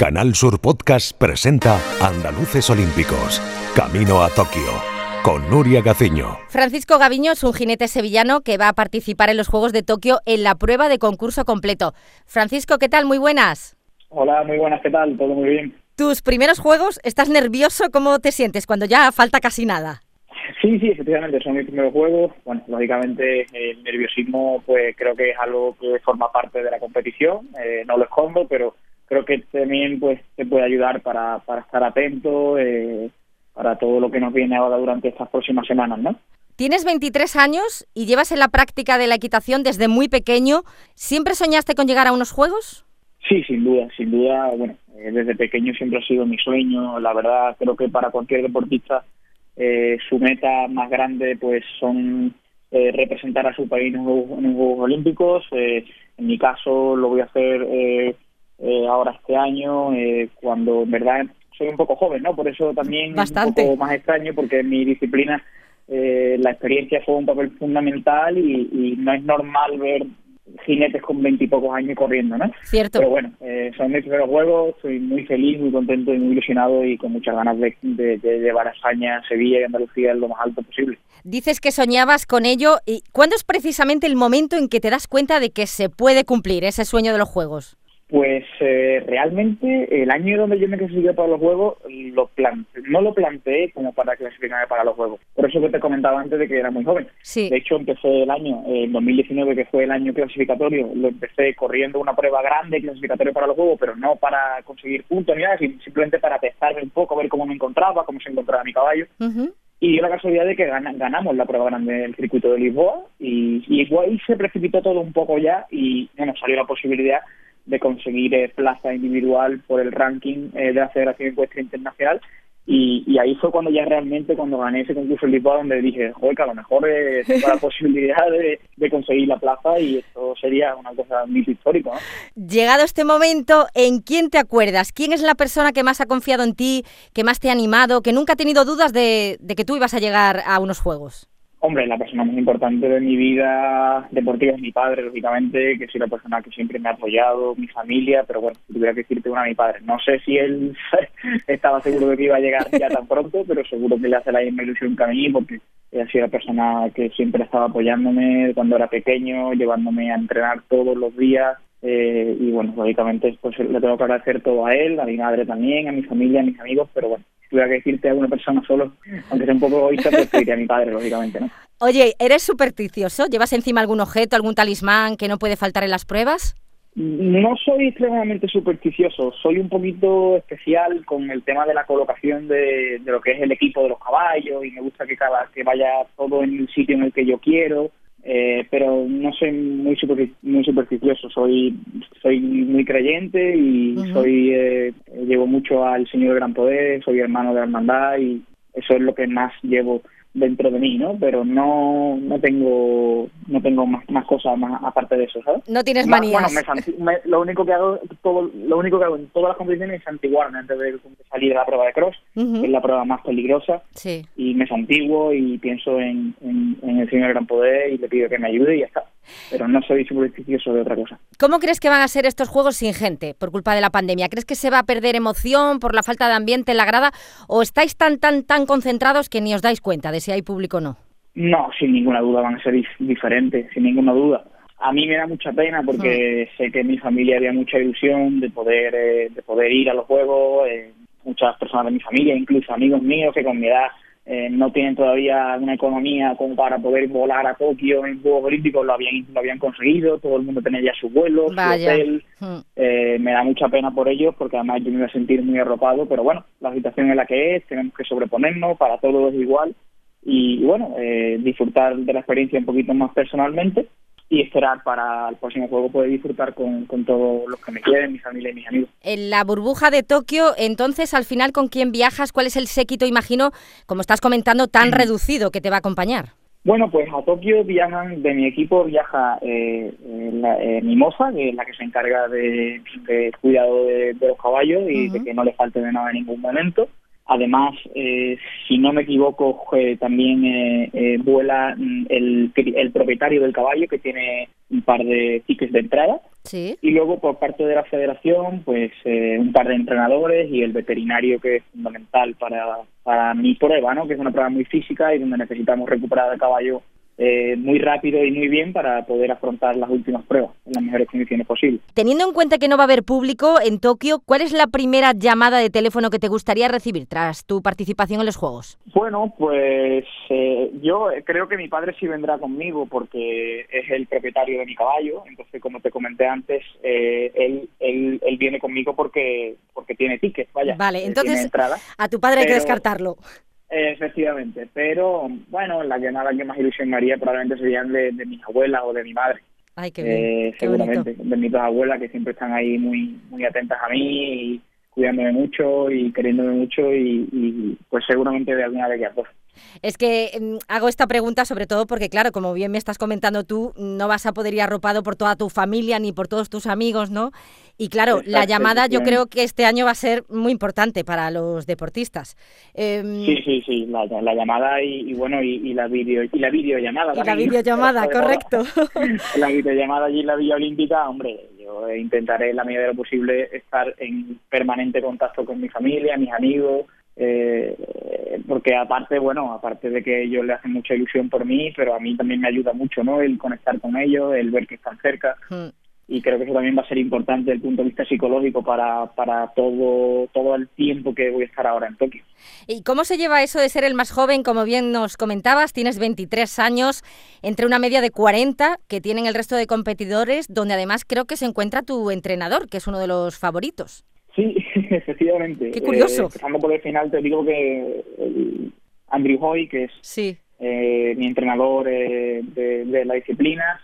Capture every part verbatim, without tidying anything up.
Canal Sur Podcast presenta Andaluces Olímpicos, Camino a Tokio, con Nuria Gaciño. Francisco Gaviño es un jinete sevillano que va a participar en los Juegos de Tokio en la prueba de concurso completo. Francisco, ¿qué tal? Muy buenas. Hola, muy buenas, ¿qué tal? Todo muy bien. ¿Tus primeros Juegos? ¿Estás nervioso? ¿Cómo te sientes cuando ya falta casi nada? Sí, sí, efectivamente, son mis primeros Juegos. Bueno, lógicamente el nerviosismo pues creo que es algo que forma parte de la competición, eh, no lo escondo, pero creo que también pues te puede ayudar para, para estar atento, eh, para todo lo que nos viene ahora durante estas próximas semanas, ¿no? Tienes veintitrés años y llevas en la práctica de la equitación desde muy pequeño. ¿Siempre soñaste con llegar a unos Juegos? Sí, sin duda, sin duda. Bueno, eh, desde pequeño siempre ha sido mi sueño. La verdad, creo que para cualquier deportista eh, su meta más grande pues son eh, representar a su país en los, en los Juegos Olímpicos. Eh, en mi caso lo voy a hacer eh, eh, ahora este año, eh, cuando en verdad soy un poco joven, ¿no? Por eso también Bastante. Es un poco más extraño, porque en mi disciplina eh, la experiencia fue un papel fundamental y, y no es normal ver jinetes con veintipocos años corriendo, ¿no? Cierto. Pero bueno, eh, son mis primeros Juegos, estoy muy feliz, muy contento y muy ilusionado y con muchas ganas de, de, de llevar a España, Sevilla y Andalucía en lo más alto posible. Dices que soñabas con ello. ¿Y cuándo es precisamente el momento en que te das cuenta de que se puede cumplir ese sueño de los Juegos? Pues eh, realmente el año donde yo me clasifiqué para los Juegos lo plante, no lo planteé como para clasificarme para los Juegos. Por eso que te comentaba antes de que era muy joven. Sí. De hecho, empecé el año, en eh, dos mil diecinueve, que fue el año clasificatorio, lo empecé corriendo una prueba grande clasificatoria para los Juegos, pero no para conseguir puntos ni nada, sino simplemente para testarme un poco, ver cómo me encontraba, cómo se encontraba mi caballo. Uh-huh. Y dio la casualidad de que gan- ganamos la prueba grande del circuito de Lisboa y, y igual ahí se precipitó todo un poco ya y bueno, salió la posibilidad de conseguir eh, plaza individual por el ranking eh, de la Federación Ecuestre Internacional y, y ahí fue cuando ya realmente, cuando gané ese concurso en Lisboa, donde dije, joder, que a lo mejor eh, tengo la posibilidad de, de conseguir la plaza y esto sería una cosa muy histórica, ¿no? Llegado este momento, ¿en quién te acuerdas? ¿Quién es la persona que más ha confiado en ti, que más te ha animado, que nunca ha tenido dudas de, de que tú ibas a llegar a unos Juegos? Hombre, la persona más importante de mi vida deportiva es mi padre, lógicamente, que soy la persona que siempre me ha apoyado, mi familia, pero bueno, si tuviera que decirte una, mi padre. No sé si él estaba seguro de que iba a llegar ya tan pronto, pero seguro que le hace la misma ilusión que a mí, porque ha sido la persona que siempre estaba apoyándome cuando era pequeño, llevándome a entrenar todos los días. Eh, y bueno, lógicamente pues le tengo que agradecer todo a él, a mi madre también, a mi familia, a mis amigos, pero bueno, si tuviera que decirte a una persona solo, aunque sea un poco egoísta, pues te diría a mi padre, lógicamente, ¿no? Oye, ¿eres supersticioso? ¿Llevas encima algún objeto, algún talismán que no puede faltar en las pruebas? No soy extremadamente supersticioso, soy un poquito especial con el tema de la colocación de, de lo que es el equipo de los caballos y me gusta que cada que vaya todo en el sitio en el que yo quiero. Eh, pero no soy muy super, muy supersticioso, soy soy muy creyente y uh-huh. soy eh, llevo mucho al Señor de Gran Poder, soy hermano de la hermandad y eso es lo que más llevo dentro de mí, ¿no? Pero no no tengo no tengo más, más cosas más aparte de eso, ¿sabes? No tienes más, manías. Bueno, me, santi- me, lo único que hago todo lo único que hago en todas las competiciones es santiguarme antes de salir de la prueba de cross, uh-huh. que es la prueba más peligrosa. Sí. Y me santiguo y pienso en, en, en el Señor de Gran Poder y le pido que me ayude y ya está. Pero no soy supersticioso de otra cosa. ¿Cómo crees que van a ser estos Juegos sin gente por culpa de la pandemia? ¿Crees que se va a perder emoción por la falta de ambiente en la grada? ¿O estáis tan, tan, tan concentrados que ni os dais cuenta de si hay público o no? No, sin ninguna duda van a ser dif- diferentes, sin ninguna duda. A mí me da mucha pena porque mm. sé que en mi familia había mucha ilusión de poder eh, de poder ir a los Juegos. Eh, muchas personas de mi familia, incluso amigos míos que con mi edad eh, no tienen todavía una economía como para poder volar a Tokio en Juegos Olímpicos, lo habían lo habían conseguido, todo el mundo tenía ya sus vuelos, Vaya. su hotel. Mm. Eh, me da mucha pena por ellos porque además yo me iba a sentir muy arropado, pero bueno, la situación es la que es, tenemos que sobreponernos, para todos es igual. Y, y bueno, eh, disfrutar de la experiencia un poquito más personalmente y esperar para el próximo juego poder disfrutar con, con todos los que me quieren, mi familia y mis amigos. En la burbuja de Tokio, entonces, al final, ¿con quién viajas? ¿Cuál es el séquito, imagino, como estás comentando, tan mm. reducido que te va a acompañar? Bueno, pues a Tokio viajan, de mi equipo viaja eh, la, eh, mi moza, que es la que se encarga de, de cuidado de, de los caballos y uh-huh. de que no les falte de nada en ningún momento. Además, eh, si no me equivoco, eh, también eh, eh, vuela el, el propietario del caballo, que tiene un par de tickets de entrada. Sí. Y luego por parte de la federación, pues eh, un par de entrenadores y el veterinario, que es fundamental para, para mi prueba, ¿no? Que es una prueba muy física y donde necesitamos recuperar al caballo Eh, muy rápido y muy bien para poder afrontar las últimas pruebas en las mejores condiciones posibles. Teniendo en cuenta que no va a haber público en Tokio, ¿cuál es la primera llamada de teléfono que te gustaría recibir tras tu participación en los Juegos? Bueno, pues eh, yo creo que mi padre sí vendrá conmigo porque es el propietario de mi caballo, entonces como te comenté antes, eh, él, él, él viene conmigo porque porque tiene tickets, vaya. Vale, eh, entonces entrada, a tu padre hay que pero, descartarlo. Eh, efectivamente, pero bueno, la llamada que más ilusión me haría probablemente serían de, de mis abuelas o de mi madre. Ay, qué bien, eh, qué seguramente, bonito. de mis dos abuelas que siempre están ahí muy muy atentas a mí y cuidándome mucho y queriéndome mucho y, y pues seguramente de alguna de ellas dos. Es que eh, hago esta pregunta sobre todo porque, claro, como bien me estás comentando tú, no vas a poder ir arropado por toda tu familia ni por todos tus amigos, ¿no? Y claro, Exacto, la llamada yo creo que este año va a ser muy importante para los deportistas. Eh, sí, sí, sí, la, la llamada y, y bueno, y, y la video y la videollamada y la también. videollamada, correcto. La videollamada allí en la Villa Olímpica, hombre, yo intentaré en la medida de lo posible estar en permanente contacto con mi familia, mis amigos, eh, porque aparte, bueno, aparte de que ellos le hacen mucha ilusión por mí, pero a mí también me ayuda mucho, ¿no? El conectar con ellos, el ver que están cerca. Hmm. Y creo que eso también va a ser importante desde el punto de vista psicológico para, para todo, todo el tiempo que voy a estar ahora en Tokio. ¿Y cómo se lleva eso de ser el más joven? Como bien nos comentabas, tienes veintitrés años, entre una media de cuarenta que tienen el resto de competidores, donde además creo que se encuentra tu entrenador, que es uno de los favoritos. Sí, efectivamente. Qué curioso. Eh, empezando por el final, te digo que el Andrew Hoy, que es sí. eh, mi entrenador eh, de, de la disciplina,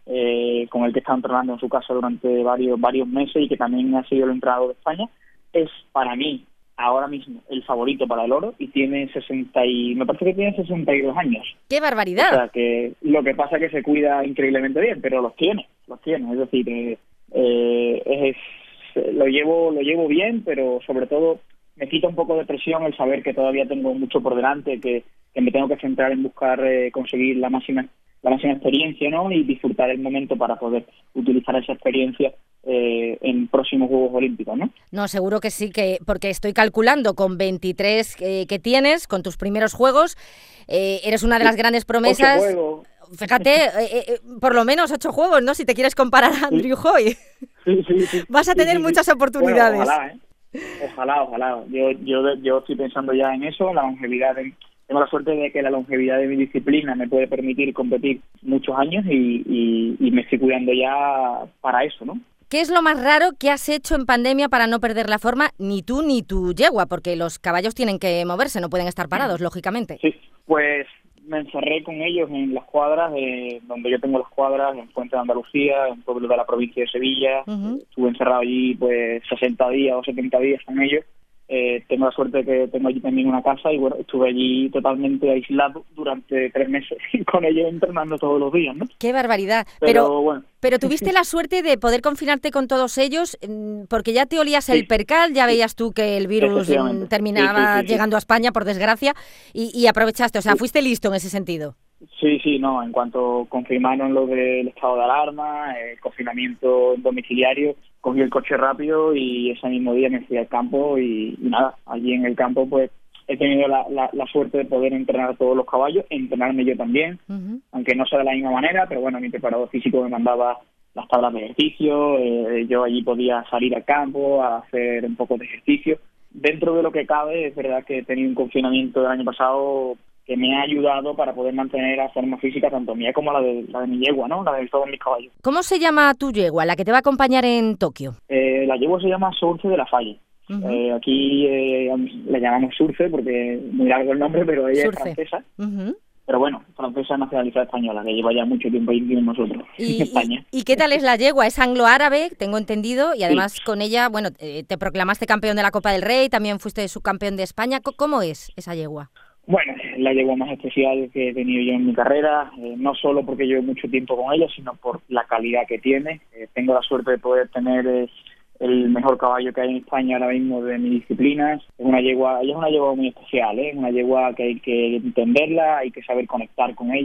Eh, con el que está entrenando en su casa durante varios varios meses y que también ha sido el entrenador de España, es para mí ahora mismo el favorito para el oro y tiene sesenta y me parece que tiene sesenta y dos años. ¡Qué barbaridad! O sea, que lo que pasa es que se cuida increíblemente bien, pero los tiene, los tiene. Es decir, eh, eh, es, lo llevo lo llevo bien, pero sobre todo me quita un poco de presión el saber que todavía tengo mucho por delante, que, que me tengo que centrar en buscar eh, conseguir la máxima la máxima experiencia, ¿no? Y disfrutar el momento para poder utilizar esa experiencia eh, en próximos Juegos Olímpicos, ¿no? No, seguro que sí, que porque estoy calculando con veintitrés eh, que tienes, con tus primeros Juegos, eh, eres una de las grandes promesas. Ocho juegos. Fíjate, eh, eh, por lo menos ocho juegos, ¿no? Si te quieres comparar a Andrew sí. Hoy. Sí, sí, sí. Vas a tener sí, sí, muchas sí. oportunidades. Bueno, ojalá, ¿eh? Ojalá, ojalá. Yo, yo, yo estoy pensando ya en eso, la longevidad. En, tengo la suerte de que la longevidad de mi disciplina me puede permitir competir muchos años y, y, y me estoy cuidando ya para eso, ¿no? ¿Qué es lo más raro que has hecho en pandemia para no perder la forma, ni tú ni tu yegua? Porque los caballos tienen que moverse, no pueden estar parados, lógicamente. Sí, pues me encerré con ellos en las cuadras, eh, donde yo tengo las cuadras, en Fuente de Andalucía, en pueblo de la provincia de Sevilla. Uh-huh. Estuve encerrado allí pues sesenta días o setenta días con ellos. Eh, tengo la suerte de que tengo allí también una casa y bueno, estuve allí totalmente aislado durante tres meses con ellos entrenando todos los días, ¿no? ¡Qué barbaridad! Pero, pero, bueno. pero tuviste la suerte de poder confinarte con todos ellos porque ya te olías el sí. percal, ya veías tú que el virus terminaba sí, sí, sí, llegando sí. a España, por desgracia, y, y aprovechaste, o sea, sí. fuiste listo en ese sentido. Sí, sí, no, en cuanto confirmaron lo del estado de alarma, el confinamiento domiciliario, cogí el coche rápido y ese mismo día me fui al campo y, y nada, allí en el campo pues he tenido la, la, la suerte de poder entrenar todos los caballos, entrenarme yo también, uh-huh. aunque no sea de la misma manera, pero bueno, mi preparador físico me mandaba las tablas de ejercicio, eh, yo allí podía salir al campo a hacer un poco de ejercicio. Dentro de lo que cabe, es verdad que he tenido un confinamiento el año pasado que me ha ayudado para poder mantener la forma física tanto mía como la de, la de mi yegua, ¿no? La de todos mis caballos. ¿Cómo se llama tu yegua, la que te va a acompañar en Tokio? Eh, la yegua se llama Surce de la Falle. Uh-huh. Eh, aquí eh, le llamamos Surce porque es muy largo el nombre, pero ella Surce. Es francesa. Uh-huh. Pero bueno, francesa nacionalizada española, que lleva ya mucho tiempo ahí con nosotros ¿Y, en España. Y, ¿Y qué tal es la yegua? Es anglo-árabe, tengo entendido, y además sí. con ella, bueno, eh, te proclamaste campeón de la Copa del Rey, también fuiste subcampeón de España. ¿Cómo es esa yegua? Bueno, la yegua más especial que he tenido yo en mi carrera, eh, no solo porque llevo mucho tiempo con ella, sino por la calidad que tiene. Eh, tengo la suerte de poder tener eh, el mejor caballo que hay en España ahora mismo de mi disciplina. Es una yegua, ella es una yegua muy especial, ¿eh? Es una yegua que hay que entenderla, hay que saber conectar con ella.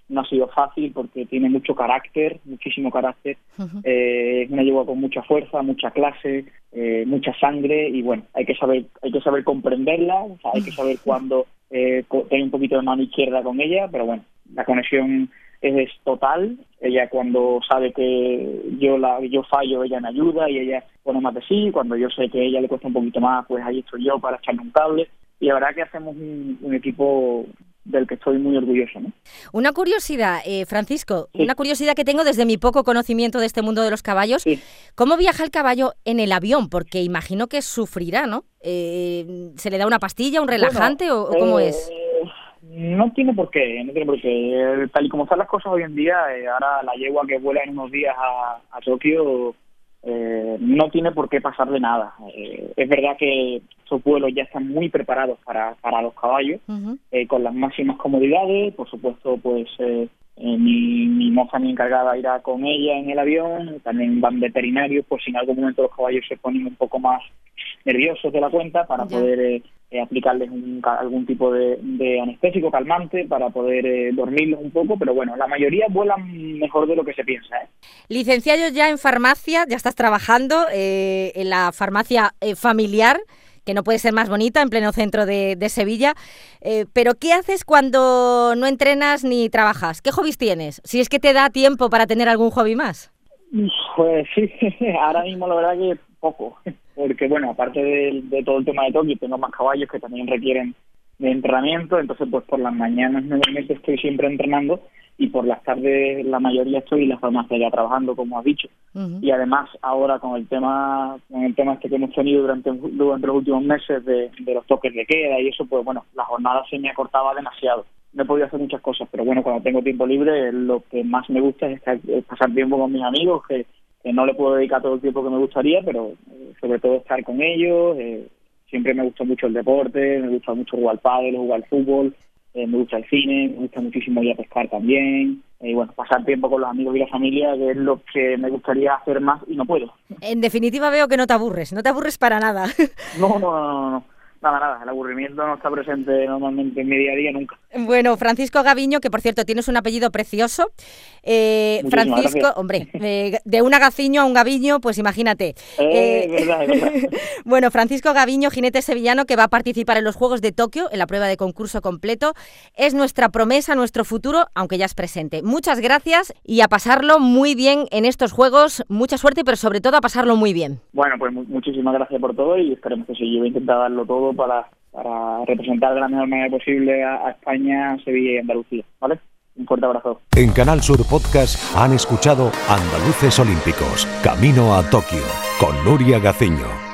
no ha sido fácil porque tiene mucho carácter, muchísimo carácter. Uh-huh. Eh, es una yegua con mucha fuerza, mucha clase, eh, mucha sangre y bueno, hay que saber hay que saber comprenderla, o sea, hay que saber cuándo eh, tener un poquito de mano izquierda con ella, pero bueno, la conexión es, es total. Ella cuando sabe que yo la yo fallo, ella me ayuda y ella pone más de sí. Cuando yo sé que a ella le cuesta un poquito más, pues ahí estoy yo para echarle un cable. Y la verdad que hacemos un, un equipo del que estoy muy orgulloso, ¿no? Una curiosidad, eh, Francisco, sí. una curiosidad que tengo desde mi poco conocimiento de este mundo de los caballos. Sí. ¿Cómo viaja el caballo en el avión? Porque imagino que sufrirá, ¿no? Eh, ¿Se le da una pastilla, un relajante bueno, o, o cómo eh, es? No tiene por qué, no tiene por qué. Tal y como están las cosas hoy en día, eh, ahora la yegua que vuela en unos días a, a Tokio eh, no tiene por qué pasarle nada. Eh, es verdad que esos vuelos ya están muy preparados para, para los caballos, uh-huh. eh, con las máximas comodidades. Por supuesto, pues eh, eh, mi, mi moza, mi encargada, irá con ella en el avión. También van veterinarios por si en algún momento los caballos se ponen un poco más nerviosos de la cuenta para ya. poder eh, eh, aplicarles un, algún tipo de, de anestésico calmante para poder eh, dormirlos un poco, pero bueno, la mayoría vuelan mejor de lo que se piensa, ¿eh? Licenciado ya en farmacia, ya estás trabajando eh, en la farmacia eh, familiar, que no puede ser más bonita, en pleno centro de, de Sevilla, eh, pero ¿qué haces cuando no entrenas ni trabajas? ¿Qué hobbies tienes? Si es que te da tiempo para tener algún hobby más. Pues sí, ahora mismo la verdad que poco, porque bueno, aparte de, de todo el tema de Tokio, tengo más caballos que también requieren de entrenamiento, entonces pues por las mañanas normalmente estoy siempre entrenando y por las tardes la mayoría estoy en la farmacia ya trabajando, como has dicho. Uh-huh. Y además ahora con el tema con el tema este que hemos tenido durante, durante los últimos meses de, de los toques de queda y eso, pues bueno, la jornada se me acortaba demasiado. No he podido hacer muchas cosas, pero bueno, cuando tengo tiempo libre lo que más me gusta es, estar, es pasar tiempo con mis amigos, que, que no le puedo dedicar todo el tiempo que me gustaría, pero eh, sobre todo estar con ellos. Eh, siempre me gusta mucho el deporte, me gusta mucho jugar al pádel, jugar al fútbol, eh, me gusta el cine, me gusta muchísimo ir a pescar también. Y eh, bueno, pasar tiempo con los amigos y la familia, que es lo que me gustaría hacer más y no puedo. En definitiva veo que no te aburres, no te aburres para nada. No, no, no, no, no. Nada, nada, el aburrimiento no está presente normalmente en mi día a día nunca. Bueno, Francisco Gaviño, que por cierto tienes un apellido precioso. Eh, Francisco, gracias. Hombre, eh, de un agaciño a un gaviño, pues imagínate. Eh, eh, verdad, verdad. Bueno, Francisco Gaviño, jinete sevillano que va a participar en los Juegos de Tokio, en la prueba de concurso completo. Es nuestra promesa, nuestro futuro, aunque ya es presente. Muchas gracias y a pasarlo muy bien en estos Juegos. Mucha suerte, pero sobre todo a pasarlo muy bien. Bueno, pues muchísimas gracias por todo y esperemos que sí. Yo voy a intentar darlo todo para, para representar de la mejor manera posible a, a España, Sevilla y Andalucía, ¿vale? Un fuerte abrazo. En Canal Sur Podcast han escuchado Andaluces Olímpicos, Camino a Tokio, con Nuria Gaciño.